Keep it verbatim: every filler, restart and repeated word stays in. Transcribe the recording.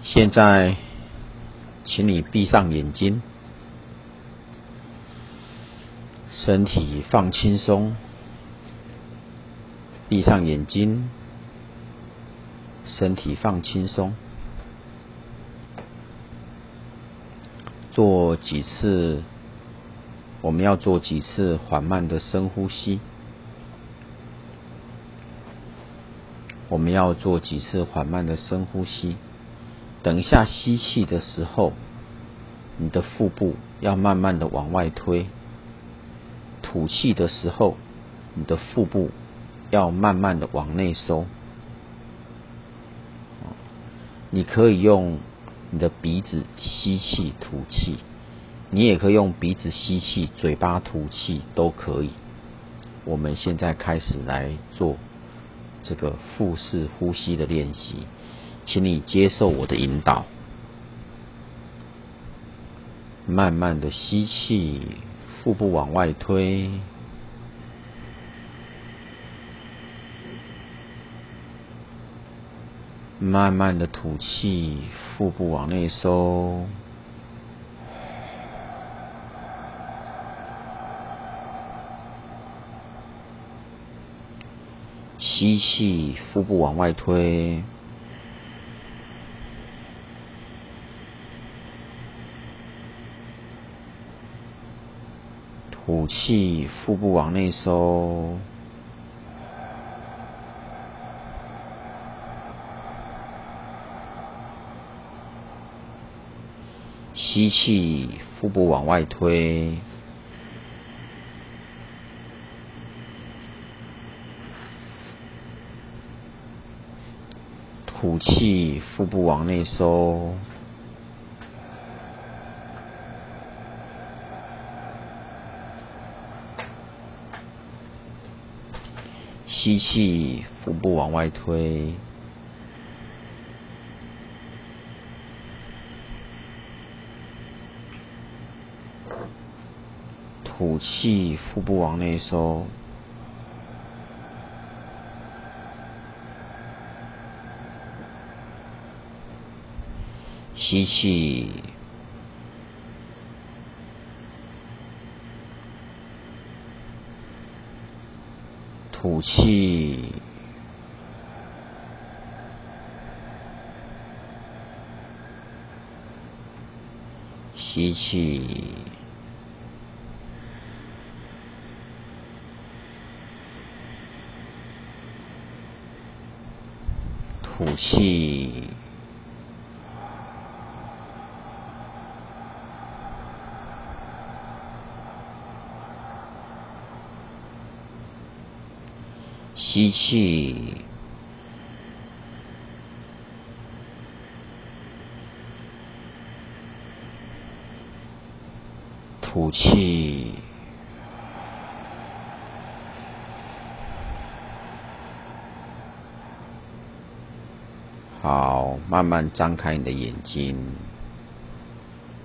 现在，请你闭上眼睛，身体放轻松，闭上眼睛，身体放轻松，做几次，我们要做几次缓慢的深呼吸。我们要做几次缓慢的深呼吸。等一下吸气的时候，你的腹部要慢慢的往外推；吐气的时候，你的腹部要慢慢的往内收。你可以用你的鼻子吸气吐气，你也可以用鼻子吸气嘴巴吐气，都可以。我们现在开始来做这个腹式呼吸的练习，请你接受我的引导，慢慢的吸气，腹部往外推，慢慢的吐气，腹部往内收，吸气，腹部往外推，吐气，腹部往内收，吸气，腹部往外推，吐气，腹部往内收，吸气，腹部往外推，吐气，腹部往内收，吸气，吐气，吸气，吐气，吸气，吐气，好，慢慢张开你的眼睛。